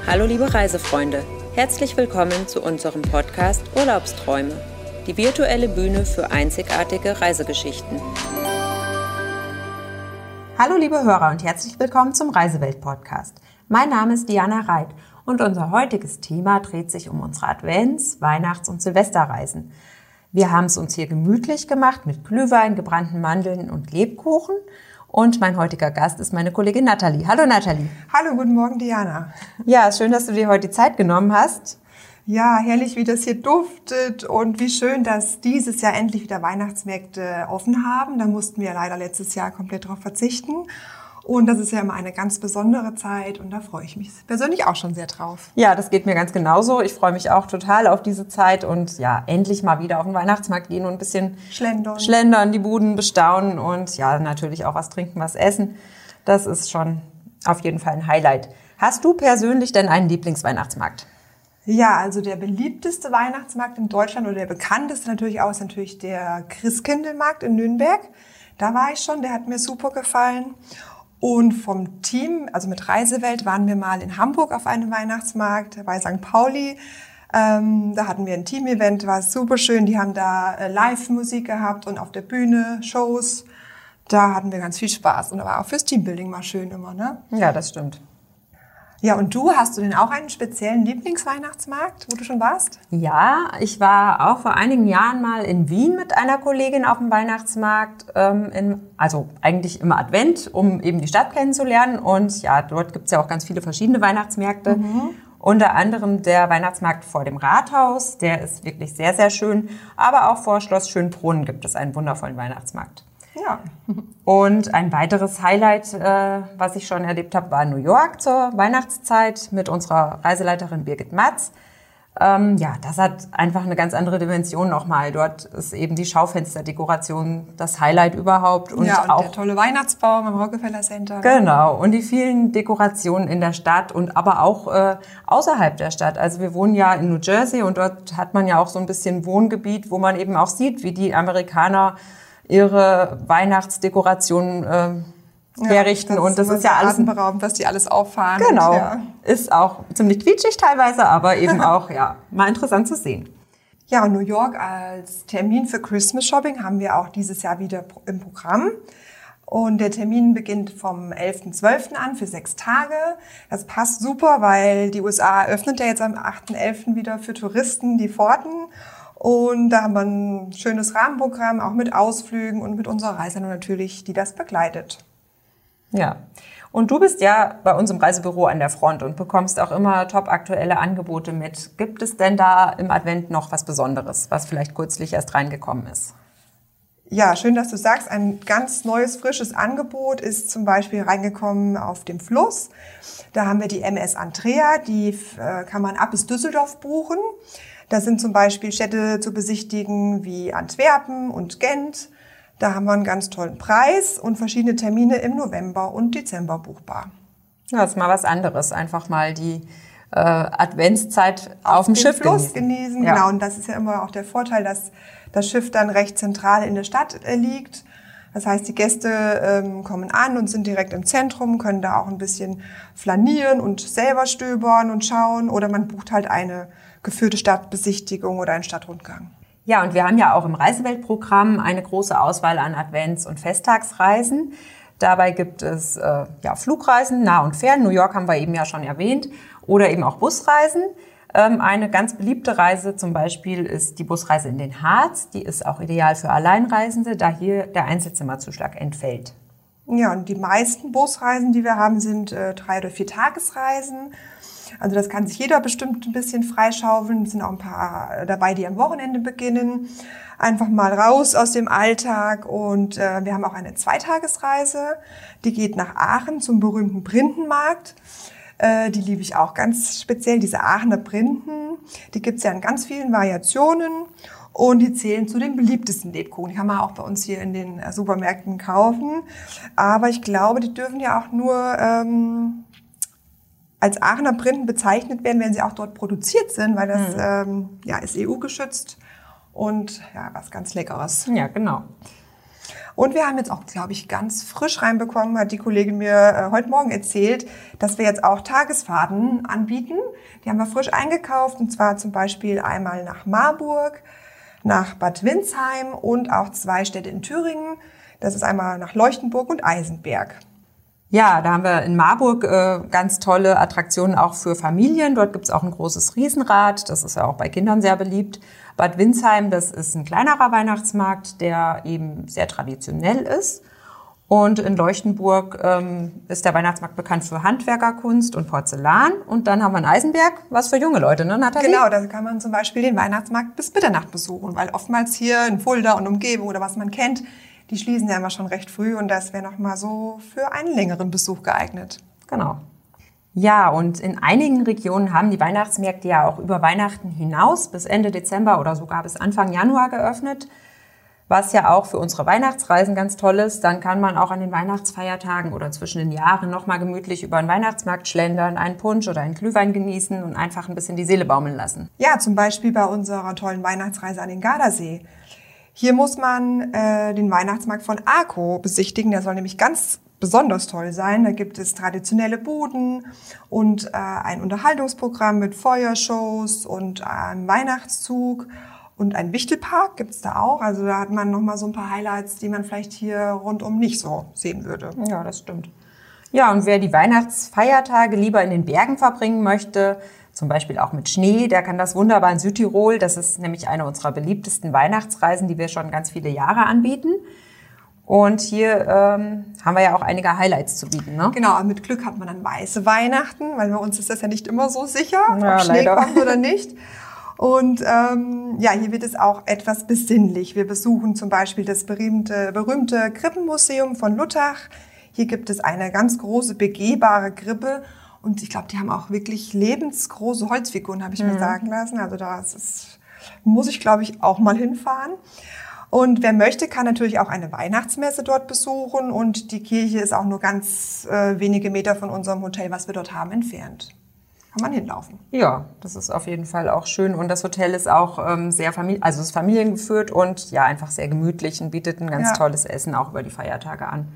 Hallo liebe Reisefreunde, herzlich willkommen zu unserem Podcast Urlaubsträume, die virtuelle Bühne für einzigartige Reisegeschichten. Hallo liebe Hörer und herzlich willkommen zum Reisewelt-Podcast. Mein Name ist Diana Reit und unser heutiges Thema dreht sich um unsere Advents-, Weihnachts- und Silvesterreisen. Wir haben es uns hier gemütlich gemacht mit Glühwein, gebrannten Mandeln und Lebkuchen. Und mein heutiger Gast ist meine Kollegin Nathalie. Hallo Nathalie. Hallo, guten Morgen Diana. Ja, schön, dass du dir heute die Zeit genommen hast. Ja, herrlich, wie das hier duftet und wie schön, dass dieses Jahr endlich wieder Weihnachtsmärkte offen haben. Da mussten wir leider letztes Jahr komplett drauf verzichten. Und das ist ja immer eine ganz besondere Zeit und da freue ich mich persönlich auch schon sehr drauf. Ja, das geht mir ganz genauso. Ich freue mich auch total auf diese Zeit und ja, endlich mal wieder auf den Weihnachtsmarkt gehen und ein bisschen schlendern, die Buden bestaunen und ja, natürlich auch was trinken, was essen. Das ist schon auf jeden Fall ein Highlight. Hast du persönlich denn einen Lieblingsweihnachtsmarkt? Ja, also der beliebteste Weihnachtsmarkt in Deutschland oder der bekannteste natürlich auch ist natürlich der Christkindlmarkt in Nürnberg. Da war ich schon, der hat mir super gefallen. Und vom Team, also mit Reisewelt, waren wir mal in Hamburg auf einem Weihnachtsmarkt bei St. Pauli. Da hatten wir ein Team-Event, war super schön. Die haben da Live-Musik gehabt und auf der Bühne Shows. Da hatten wir ganz viel Spaß und war auch fürs Teambuilding mal schön immer, ne? Ja, das stimmt. Ja, und hast du denn auch einen speziellen Lieblingsweihnachtsmarkt, wo du schon warst? Ja, ich war auch vor einigen Jahren mal in Wien mit einer Kollegin auf dem Weihnachtsmarkt, also eigentlich im Advent, um eben die Stadt kennenzulernen. Und ja, dort gibt's ja auch ganz viele verschiedene Weihnachtsmärkte. Unter anderem der Weihnachtsmarkt vor dem Rathaus, der ist wirklich sehr, sehr schön. Aber auch vor Schloss Schönbrunn gibt es einen wundervollen Weihnachtsmarkt. Ja. Und ein weiteres Highlight, was ich schon erlebt habe, war New York zur Weihnachtszeit mit unserer Reiseleiterin Birgit Matz. Ja, das hat einfach eine ganz andere Dimension nochmal. Dort ist eben die Schaufensterdekoration das Highlight überhaupt. Und auch der tolle Weihnachtsbaum im Rockefeller Center. Genau, und die vielen Dekorationen in der Stadt und aber auch außerhalb der Stadt. Also wir wohnen ja in New Jersey und dort hat man ja auch so ein bisschen Wohngebiet, wo man eben auch sieht, wie die Amerikaner ihre Weihnachtsdekorationen herrichten. Und das ist ja alles atemberaubend, was die alles auffahren. Genau, ja. Ist auch ziemlich quietschig teilweise, aber eben auch ja mal interessant zu sehen. Ja, und New York als Termin für Christmas Shopping haben wir auch dieses Jahr wieder im Programm. Und der Termin beginnt vom 11.12. an für 6 Tage. Das passt super, weil die USA öffnet ja jetzt am 8.11. wieder für Touristen die Pforten. Und da haben wir ein schönes Rahmenprogramm, auch mit Ausflügen und mit unserer Reiseleiterin natürlich, die das begleitet. Ja, und du bist ja bei uns im Reisebüro an der Front und bekommst auch immer top-aktuelle Angebote mit. Gibt es denn da im Advent noch was Besonderes, was vielleicht kürzlich erst reingekommen ist? Ja, schön, dass du sagst. Ein ganz neues, frisches Angebot ist zum Beispiel reingekommen auf dem Fluss. Da haben wir die MS Andrea, die kann man ab bis Düsseldorf buchen. Da sind zum Beispiel Städte zu besichtigen wie Antwerpen und Gent. Da haben wir einen ganz tollen Preis und verschiedene Termine im November und Dezember buchbar. Ja, das ist mal was anderes. Einfach mal die Adventszeit auf dem Schiff genießen. Ja. Genau, und das ist ja immer auch der Vorteil, dass das Schiff dann recht zentral in der Stadt liegt. Das heißt, die Gäste kommen an und sind direkt im Zentrum, können da auch ein bisschen flanieren und selber stöbern und schauen. Oder man bucht halt eine geführte Stadtbesichtigung oder einen Stadtrundgang. Ja, und wir haben ja auch im Reiseweltprogramm eine große Auswahl an Advents- und Festtagsreisen. Dabei gibt es Flugreisen nah und fern. New York haben wir eben ja schon erwähnt. Oder eben auch Busreisen. Eine ganz beliebte Reise zum Beispiel ist die Busreise in den Harz. Die ist auch ideal für Alleinreisende, da hier der Einzelzimmerzuschlag entfällt. Ja, und die meisten Busreisen, die wir haben, sind 3- oder 4-Tagesreisen. Also das kann sich jeder bestimmt ein bisschen freischaufeln. Es sind auch ein paar dabei, die am Wochenende beginnen. Einfach mal raus aus dem Alltag. Und wir haben auch eine 2-Tagesreise. Die geht nach Aachen zum berühmten Printenmarkt. Die liebe ich auch ganz speziell, diese Aachener Printen. Die gibt's ja in ganz vielen Variationen. Und die zählen zu den beliebtesten Lebkuchen. Die kann man auch bei uns hier in den Supermärkten kaufen. Aber ich glaube, die dürfen ja auch nur als Aachener Printen bezeichnet werden, wenn sie auch dort produziert sind, weil das ist EU-geschützt und ja, was ganz Leckeres. Ja, genau. Und wir haben jetzt auch, glaube ich, ganz frisch reinbekommen, hat die Kollegin mir heute Morgen erzählt, dass wir jetzt auch Tagesfahrten anbieten. Die haben wir frisch eingekauft, und zwar zum Beispiel einmal nach Marburg, nach Bad Windsheim und auch 2 Städte in Thüringen. Das ist einmal nach Leuchtenburg und Eisenberg. Ja, da haben wir in Marburg ganz tolle Attraktionen auch für Familien. Dort gibt's auch ein großes Riesenrad. Das ist ja auch bei Kindern sehr beliebt. Bad Windsheim, das ist ein kleinerer Weihnachtsmarkt, der eben sehr traditionell ist. Und in Leuchtenburg ist der Weihnachtsmarkt bekannt für Handwerkerkunst und Porzellan. Und dann haben wir in Eisenberg was für junge Leute, ne, Nathalie? Genau, da kann man zum Beispiel den Weihnachtsmarkt bis Mitternacht besuchen, weil oftmals hier in Fulda und Umgebung oder was man kennt, die schließen ja immer schon recht früh und das wäre noch mal so für einen längeren Besuch geeignet. Genau. Ja, und in einigen Regionen haben die Weihnachtsmärkte ja auch über Weihnachten hinaus bis Ende Dezember oder sogar bis Anfang Januar geöffnet, was ja auch für unsere Weihnachtsreisen ganz toll ist. Dann kann man auch an den Weihnachtsfeiertagen oder zwischen den Jahren noch mal gemütlich über den Weihnachtsmarkt schlendern, einen Punsch oder einen Glühwein genießen und einfach ein bisschen die Seele baumeln lassen. Ja, zum Beispiel bei unserer tollen Weihnachtsreise an den Gardasee. Hier muss man den Weihnachtsmarkt von Arco besichtigen. Der soll nämlich ganz besonders toll sein. Da gibt es traditionelle Buden und ein Unterhaltungsprogramm mit Feuershows und einem Weihnachtszug. Und ein Wichtelpark gibt's da auch. Also da hat man nochmal so ein paar Highlights, die man vielleicht hier rundum nicht so sehen würde. Ja, das stimmt. Ja, und wer die Weihnachtsfeiertage lieber in den Bergen verbringen möchte, zum Beispiel auch mit Schnee, der kann das wunderbar in Südtirol. Das ist nämlich eine unserer beliebtesten Weihnachtsreisen, die wir schon ganz viele Jahre anbieten. Und hier haben wir ja auch einige Highlights zu bieten, ne? Genau, mit Glück hat man dann weiße Weihnachten, weil bei uns ist das ja nicht immer so sicher, ja, ob Schnee leider kommt oder nicht. Und ja, hier wird es auch etwas besinnlich. Wir besuchen zum Beispiel das berühmte Krippenmuseum von Luttach. Hier gibt es eine ganz große begehbare Krippe. Und ich glaube, die haben auch wirklich lebensgroße Holzfiguren, habe ich mir sagen lassen. Also muss ich, glaube ich, auch mal hinfahren. Und wer möchte, kann natürlich auch eine Weihnachtsmesse dort besuchen. Und die Kirche ist auch nur ganz wenige Meter von unserem Hotel, was wir dort haben, entfernt. Kann man hinlaufen. Ja, das ist auf jeden Fall auch schön. Und das Hotel ist auch es ist familiengeführt und ja, einfach sehr gemütlich und bietet ein ganz tolles Essen auch über die Feiertage an.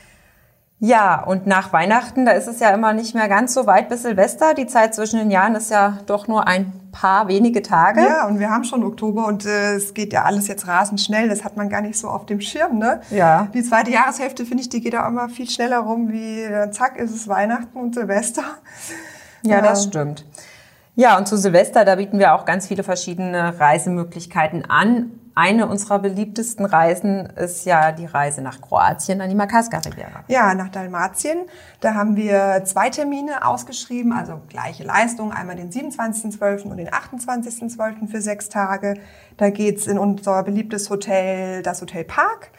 Ja, und nach Weihnachten, da ist es ja immer nicht mehr ganz so weit bis Silvester. Die Zeit zwischen den Jahren ist ja doch nur ein paar wenige Tage. Ja, und wir haben schon Oktober und es geht ja alles jetzt rasend schnell. Das hat man gar nicht so auf dem Schirm, ne? Ja. Die zweite Jahreshälfte, finde ich, die geht auch immer viel schneller rum, wie zack, ist es Weihnachten und Silvester. Ja, das stimmt. Ja, und zu Silvester, da bieten wir auch ganz viele verschiedene Reisemöglichkeiten an. Eine unserer beliebtesten Reisen ist ja die Reise nach Kroatien an die Makarska-Riviera. Ja, nach Dalmatien. Da haben wir 2 Termine ausgeschrieben, also gleiche Leistung. Einmal den 27.12. und den 28.12. für 6 Tage. Da geht's in unser beliebtes Hotel, das Hotel Park.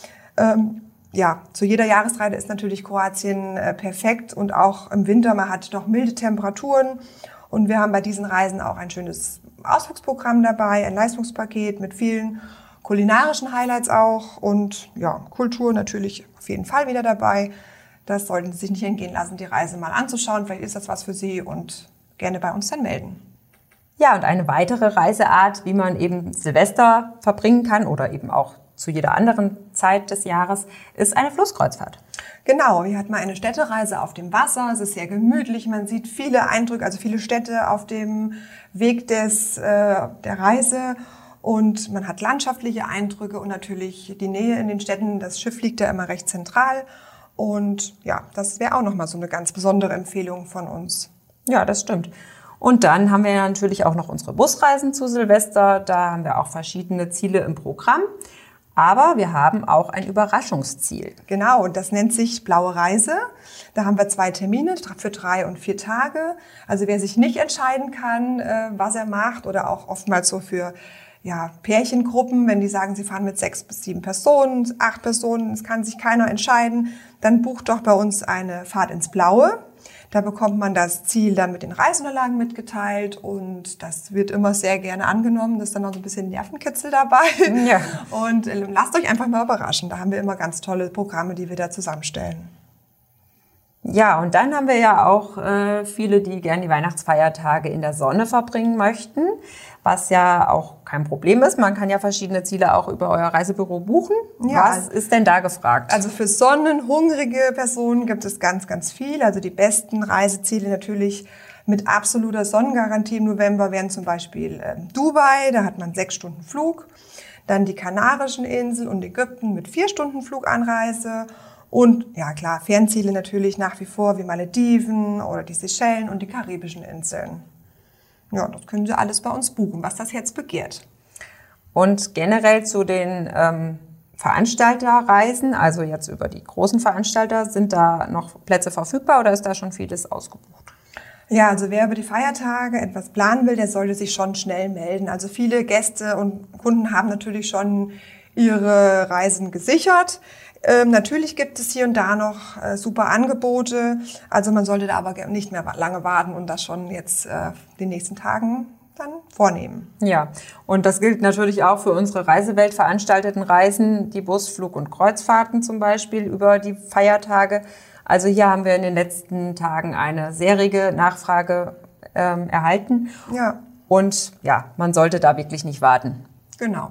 Ja, zu jeder Jahresreise ist natürlich Kroatien perfekt und auch im Winter, man hat doch milde Temperaturen. Und wir haben bei diesen Reisen auch ein schönes Ausflugsprogramm dabei, ein Leistungspaket mit vielen kulinarischen Highlights auch und ja, Kultur natürlich auf jeden Fall wieder dabei. Das sollten Sie sich nicht entgehen lassen, die Reise mal anzuschauen. Vielleicht ist das was für Sie und gerne bei uns dann melden. Ja, und eine weitere Reiseart, wie man eben Silvester verbringen kann oder eben auch zu jeder anderen Zeit des Jahres, ist eine Flusskreuzfahrt. Genau, hier hat man eine Städtereise auf dem Wasser. Es ist sehr gemütlich. Man sieht viele Eindrücke, also viele Städte auf dem Weg der Reise. Und man hat landschaftliche Eindrücke und natürlich die Nähe in den Städten. Das Schiff liegt ja immer recht zentral. Und ja, das wäre auch nochmal so eine ganz besondere Empfehlung von uns. Ja, das stimmt. Und dann haben wir natürlich auch noch unsere Busreisen zu Silvester. Da haben wir auch verschiedene Ziele im Programm. Aber wir haben auch ein Überraschungsziel. Genau, und das nennt sich Blaue Reise. Da haben wir 2 Termine für 3 und 4 Tage. Also wer sich nicht entscheiden kann, was er macht oder auch oftmals so für Pärchengruppen, wenn die sagen, sie fahren mit 6 bis 7 Personen, 8 Personen, es kann sich keiner entscheiden, dann bucht doch bei uns eine Fahrt ins Blaue. Da bekommt man das Ziel dann mit den Reisunterlagen mitgeteilt und das wird immer sehr gerne angenommen. Da ist dann noch so ein bisschen Nervenkitzel dabei. Ja. Und lasst euch einfach mal überraschen. Da haben wir immer ganz tolle Programme, die wir da zusammenstellen. Ja, und dann haben wir ja auch viele, die gerne die Weihnachtsfeiertage in der Sonne verbringen möchten, was ja auch kein Problem ist. Man kann ja verschiedene Ziele auch über euer Reisebüro buchen. Ja, was ist denn da gefragt? Also für sonnenhungrige Personen gibt es ganz, ganz viel. Also die besten Reiseziele natürlich mit absoluter Sonnengarantie im November wären zum Beispiel Dubai, da hat man 6 Stunden Flug. Dann die Kanarischen Inseln und Ägypten mit 4 Stunden Fluganreise. Und ja klar, Fernziele natürlich nach wie vor wie Malediven oder die Seychellen und die Karibischen Inseln. Ja, das können Sie alles bei uns buchen, was das Herz begehrt. Und generell zu den Veranstalterreisen, also jetzt über die großen Veranstalter, sind da noch Plätze verfügbar oder ist da schon vieles ausgebucht? Ja, also wer über die Feiertage etwas planen will, der sollte sich schon schnell melden. Also viele Gäste und Kunden haben natürlich schon ihre Reisen gesichert. Natürlich gibt es hier und da noch super Angebote. Also man sollte da aber nicht mehr lange warten und das schon jetzt den nächsten Tagen dann vornehmen. Ja, und das gilt natürlich auch für unsere Reisewelt veranstalteten Reisen, die Bus-, Flug- und Kreuzfahrten zum Beispiel über die Feiertage. Also hier haben wir in den letzten Tagen eine sehr rege Nachfrage erhalten. Ja. Und ja, man sollte da wirklich nicht warten. Genau.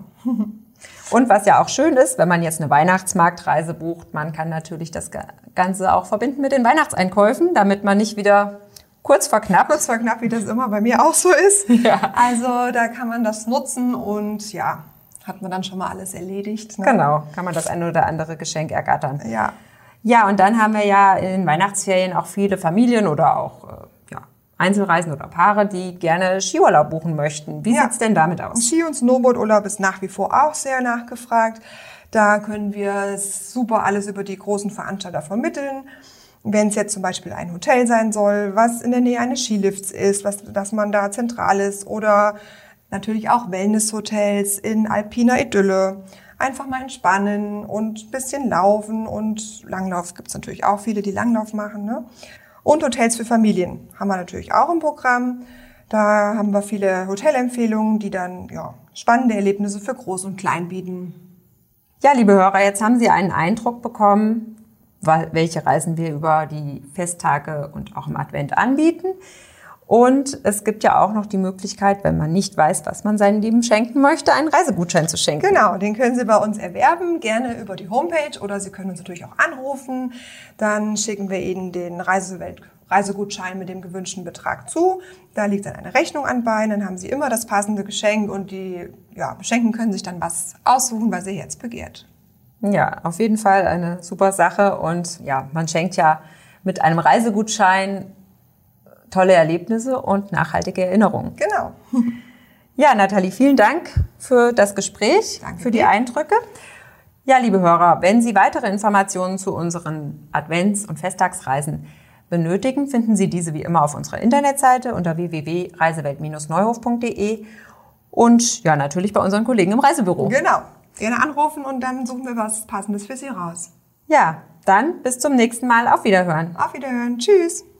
Und was ja auch schön ist, wenn man jetzt eine Weihnachtsmarktreise bucht, man kann natürlich das Ganze auch verbinden mit den Weihnachtseinkäufen, damit man nicht wieder kurz vor knapp, wie das immer bei mir auch so ist. Ja. Also da kann man das nutzen und ja, hat man dann schon mal alles erledigt. Ne? Genau, kann man das ein oder andere Geschenk ergattern. Ja. Ja, und dann haben wir ja in den Weihnachtsferien auch viele Familien oder auch Einzelreisen oder Paare, die gerne Skiurlaub buchen möchten. Wie sieht's denn damit aus? Ski- und Snowboardurlaub ist nach wie vor auch sehr nachgefragt. Da können wir super alles über die großen Veranstalter vermitteln. Wenn es jetzt zum Beispiel ein Hotel sein soll, was in der Nähe eines Skilifts ist, dass man da zentral ist oder natürlich auch Wellnesshotels in alpiner Idylle. Einfach mal entspannen und ein bisschen laufen und Langlauf gibt's natürlich auch viele, die Langlauf machen, ne? Und Hotels für Familien haben wir natürlich auch im Programm. Da haben wir viele Hotelempfehlungen, die dann spannende Erlebnisse für Groß und Klein bieten. Ja, liebe Hörer, jetzt haben Sie einen Eindruck bekommen, welche Reisen wir über die Festtage und auch im Advent anbieten. Und es gibt ja auch noch die Möglichkeit, wenn man nicht weiß, was man seinen Lieben schenken möchte, einen Reisegutschein zu schenken. Genau, den können Sie bei uns erwerben, gerne über die Homepage oder Sie können uns natürlich auch anrufen. Dann schicken wir Ihnen den Reisegutschein mit dem gewünschten Betrag zu. Da liegt dann eine Rechnung an bei, dann haben Sie immer das passende Geschenk und die Beschenkten können sich dann was aussuchen, was ihr Herz begehrt. Ja, auf jeden Fall eine super Sache und ja, man schenkt ja mit einem Reisegutschein tolle Erlebnisse und nachhaltige Erinnerungen. Genau. Ja, Nathalie, vielen Dank für das Gespräch, Danke für die dir. Eindrücke. Ja, liebe Hörer, wenn Sie weitere Informationen zu unseren Advents- und Festtagsreisen benötigen, finden Sie diese wie immer auf unserer Internetseite unter www.reisewelt-neuhof.de und ja, natürlich bei unseren Kollegen im Reisebüro. Genau. Gerne anrufen und dann suchen wir was Passendes für Sie raus. Ja, dann bis zum nächsten Mal. Auf Wiederhören. Auf Wiederhören. Tschüss.